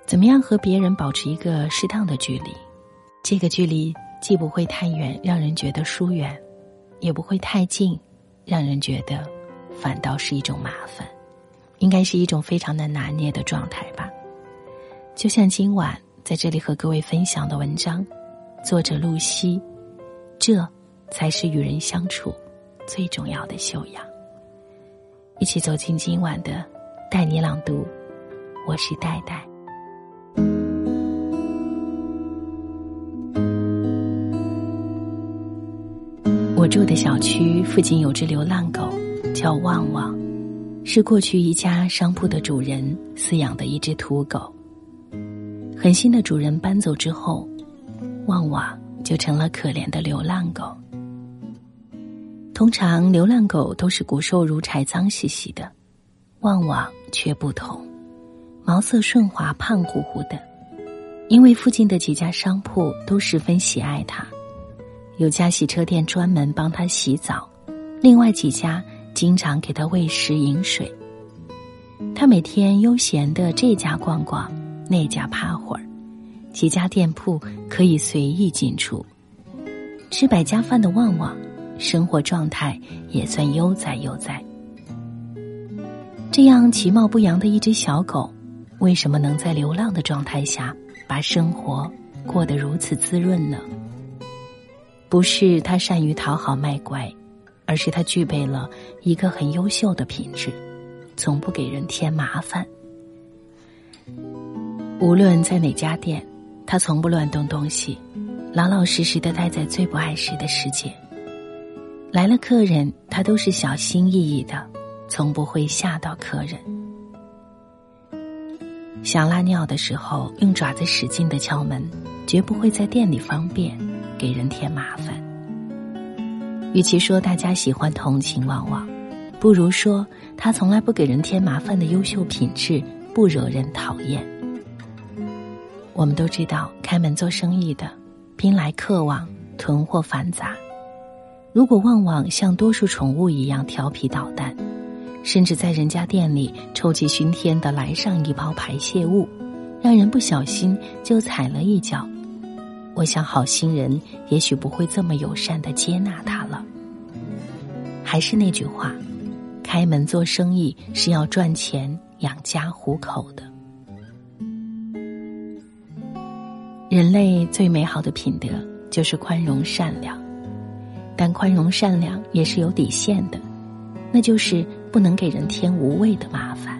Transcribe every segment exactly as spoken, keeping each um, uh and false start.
怎么样和别人保持一个适当的距离？这个距离既不会太远，让人觉得疏远，也不会太近，让人觉得反倒是一种麻烦，应该是一种非常难拿捏的状态吧。就像今晚在这里和各位分享的文章，作者露西，这才是与人相处最重要的修养。一起走进今晚的带你朗读，我是戴戴。我住的小区附近有只流浪狗，叫旺旺，是过去一家商铺的主人饲养的一只土狗。狠心的主人搬走之后，旺旺就成了可怜的流浪狗。通常流浪狗都是骨瘦如柴、脏兮兮的，旺旺却不同，毛色顺滑、胖乎乎的。因为附近的几家商铺都十分喜爱它，有家洗车店专门帮它洗澡，另外几家经常给它喂食饮水。它每天悠闲地这家逛逛，那家趴会儿，几家店铺可以随意进出。吃百家饭的旺旺，生活状态也算悠哉悠哉。这样其貌不扬的一只小狗，为什么能在流浪的状态下把生活过得如此滋润呢？不是它善于讨好卖乖，而是它具备了一个很优秀的品质，从不给人添麻烦。无论在哪家店，它从不乱动东西，老老实实地待在最不碍事的世界。来了客人，他都是小心翼翼的，从不会吓到客人。想拉尿的时候，用爪子使劲地敲门，绝不会在店里方便，给人添麻烦。与其说大家喜欢同情旺旺，不如说他从来不给人添麻烦的优秀品质不惹人讨厌。我们都知道，开门做生意的兵来客往，囤货繁杂。如果旺旺像多数宠物一样调皮捣蛋，甚至在人家店里臭气熏天地来上一包排泄物，让人不小心就踩了一脚，我想好心人也许不会这么友善地接纳它了。还是那句话，开门做生意是要赚钱养家糊口的。人类最美好的品德就是宽容善良，但宽容善良也是有底线的，那就是不能给人添无谓的麻烦。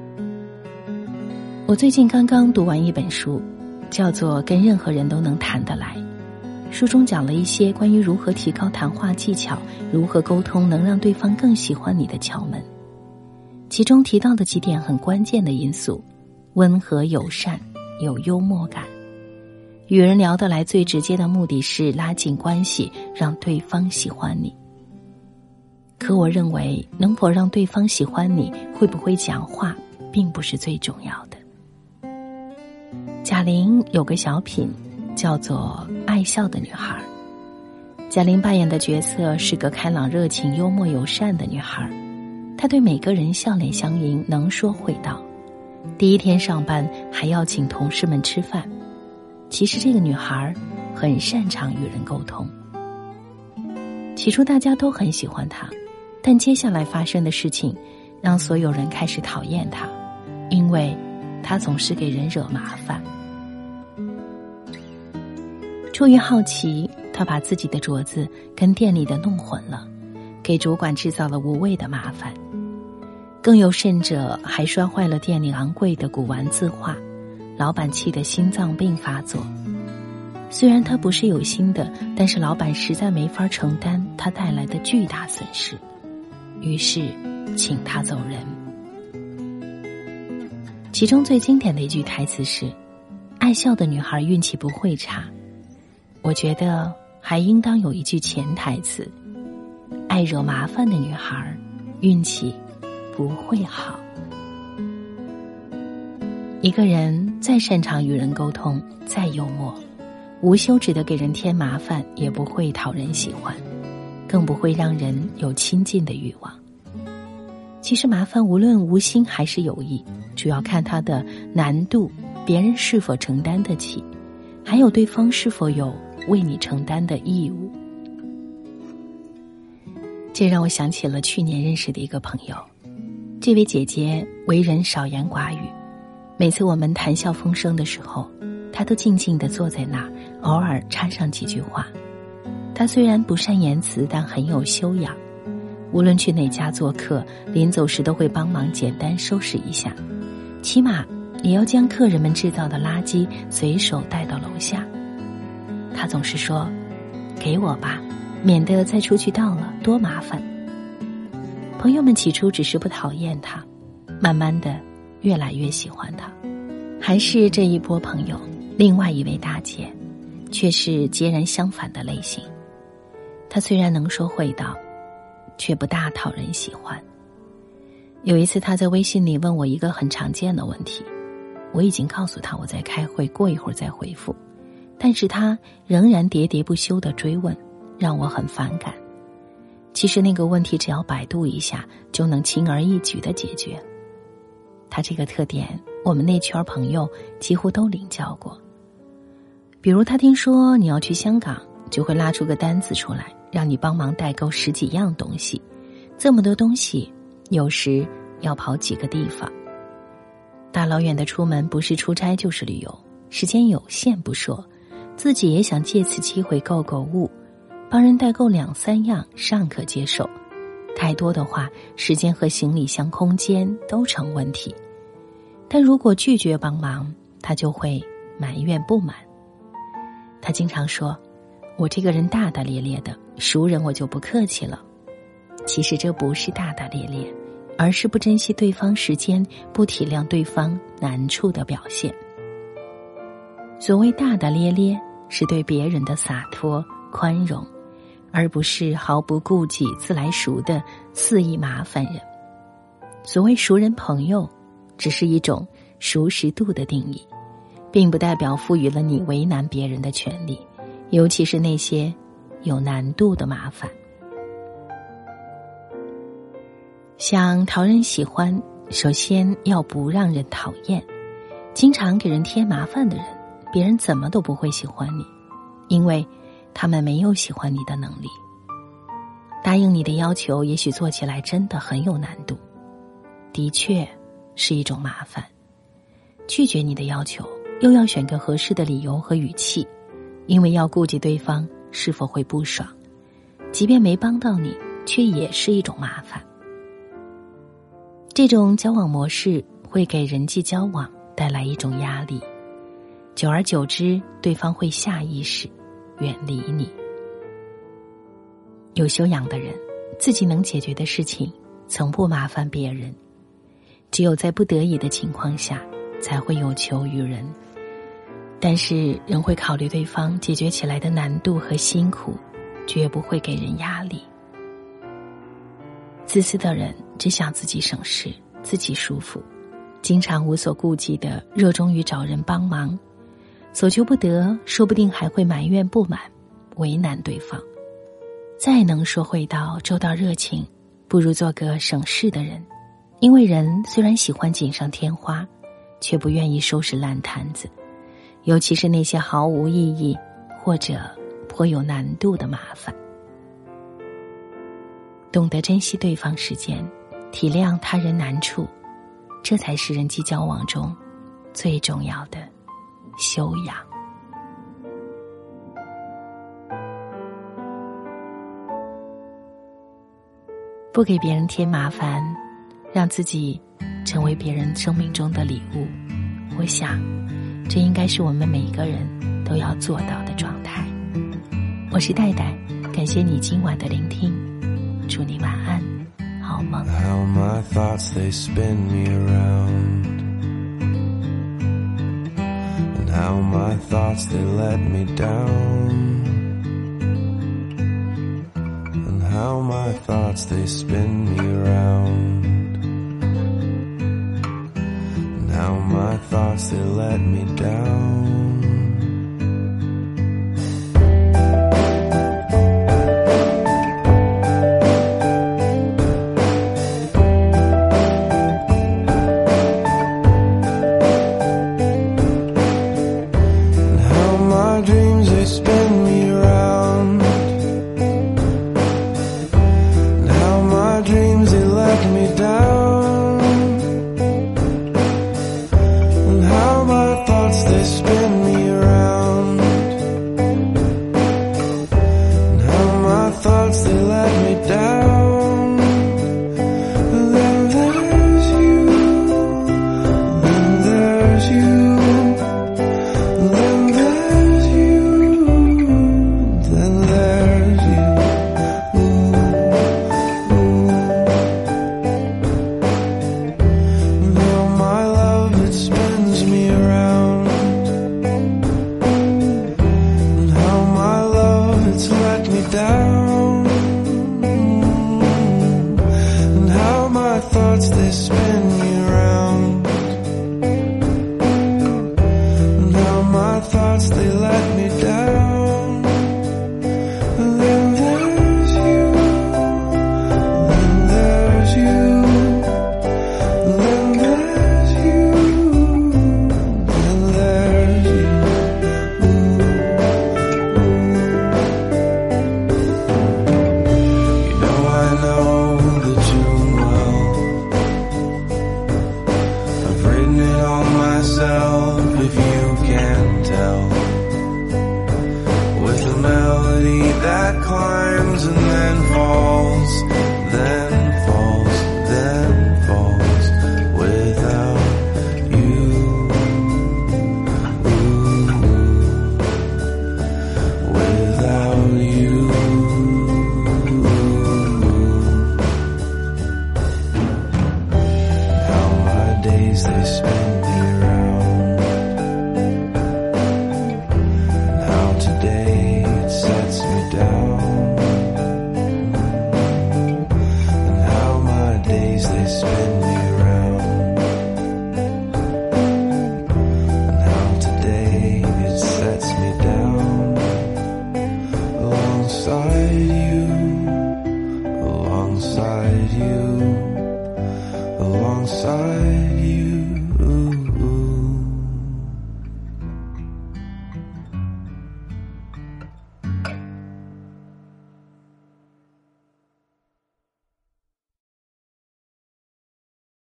我最近刚刚读完一本书，叫做《跟任何人都能谈得来》，书中讲了一些关于如何提高谈话技巧，如何沟通能让对方更喜欢你的窍门。其中提到的几点很关键的因素：温和友善，有幽默感。与人聊得来最直接的目的是拉近关系，让对方喜欢你。可我认为，能否让对方喜欢你，会不会讲话，并不是最重要的。贾玲有个小品叫做《爱笑的女孩》，贾玲扮演的角色是个开朗热情、幽默友善的女孩，她对每个人笑脸相迎，能说会道。第一天上班还要请同事们吃饭。其实这个女孩很擅长与人沟通。起初大家都很喜欢她，但接下来发生的事情让所有人开始讨厌她，因为她总是给人惹麻烦。出于好奇，她把自己的镯子跟店里的弄混了，给主管制造了无谓的麻烦。更有甚者，还摔坏了店里昂贵的古玩字画，老板气得心脏病发作。虽然他不是有心的，但是老板实在没法承担他带来的巨大损失，于是请他走人。其中最经典的一句台词是：爱笑的女孩运气不会差。我觉得还应当有一句潜台词：爱惹麻烦的女孩运气不会好。一个人再擅长与人沟通，再幽默，无休止地给人添麻烦，也不会讨人喜欢，更不会让人有亲近的欲望。其实麻烦无论无心还是有意，主要看它的难度别人是否承担得起，还有对方是否有为你承担的义务。这让我想起了去年认识的一个朋友，这位姐姐为人少言寡语，每次我们谈笑风生的时候，她都静静地坐在那儿，偶尔插上几句话。她虽然不善言辞，但很有修养，无论去哪家做客，临走时都会帮忙简单收拾一下，起码也要将客人们制造的垃圾随手带到楼下。她总是说，给我吧，免得再出去倒了多麻烦。朋友们起初只是不讨厌她，慢慢的越来越喜欢她。还是这一波朋友，另外一位大姐却是截然相反的类型。她虽然能说会道，却不大讨人喜欢。有一次她在微信里问我一个很常见的问题，我已经告诉她我在开会，过一会儿再回复，但是她仍然喋喋不休地追问，让我很反感。其实那个问题只要百度一下就能轻而易举地解决。她这个特点我们那圈朋友几乎都领教过。比如她听说你要去香港，就会拉出个单子出来，让你帮忙代购十几样东西。这么多东西，有时要跑几个地方。大老远的出门，不是出差就是旅游，时间有限不说，自己也想借此机会购购物，帮人代购两三样尚可接受，太多的话，时间和行李箱空间都成问题。但如果拒绝帮忙，他就会埋怨不满。他经常说，我这个人大大咧咧的，熟人我就不客气了。其实这不是大大咧咧，而是不珍惜对方时间，不体谅对方难处的表现。所谓大大咧咧，是对别人的洒脱宽容，而不是毫不顾忌自来熟的肆意麻烦人。所谓熟人朋友，只是一种熟识度的定义，并不代表赋予了你为难别人的权利，尤其是那些有难度的麻烦。想讨人喜欢，首先要不让人讨厌。经常给人添麻烦的人，别人怎么都不会喜欢你，因为他们没有喜欢你的能力。答应你的要求，也许做起来真的很有难度，的确是一种麻烦。拒绝你的要求，又要选个合适的理由和语气，因为要顾及对方是否会不爽，即便没帮到你，却也是一种麻烦。这种交往模式会给人际交往带来一种压力，久而久之，对方会下意识远离你。有修养的人，自己能解决的事情从不麻烦别人，只有在不得已的情况下才会有求于人，但是人会考虑对方解决起来的难度和辛苦，绝不会给人压力。自私的人只想自己省事，自己舒服，经常无所顾忌地热衷于找人帮忙，所求不得，说不定还会埋怨不满，为难对方。再能说会道，周到热情，不如做个省事的人。因为人虽然喜欢锦上添花，却不愿意收拾烂摊子，尤其是那些毫无意义或者颇有难度的麻烦。懂得珍惜对方时间，体谅他人难处，这才是人际交往中最重要的修养。不给别人添麻烦，让自己成为别人生命中的礼物，我想这应该是我们每一个人都要做到的状态。我是戴戴，感谢你今晚的聆听，祝你晚安，好梦。 How my thoughts they spin me around, and how my thoughts they let me down, and how my thoughts they spin me around, and how my thoughts they let me down. clouds, they let me down.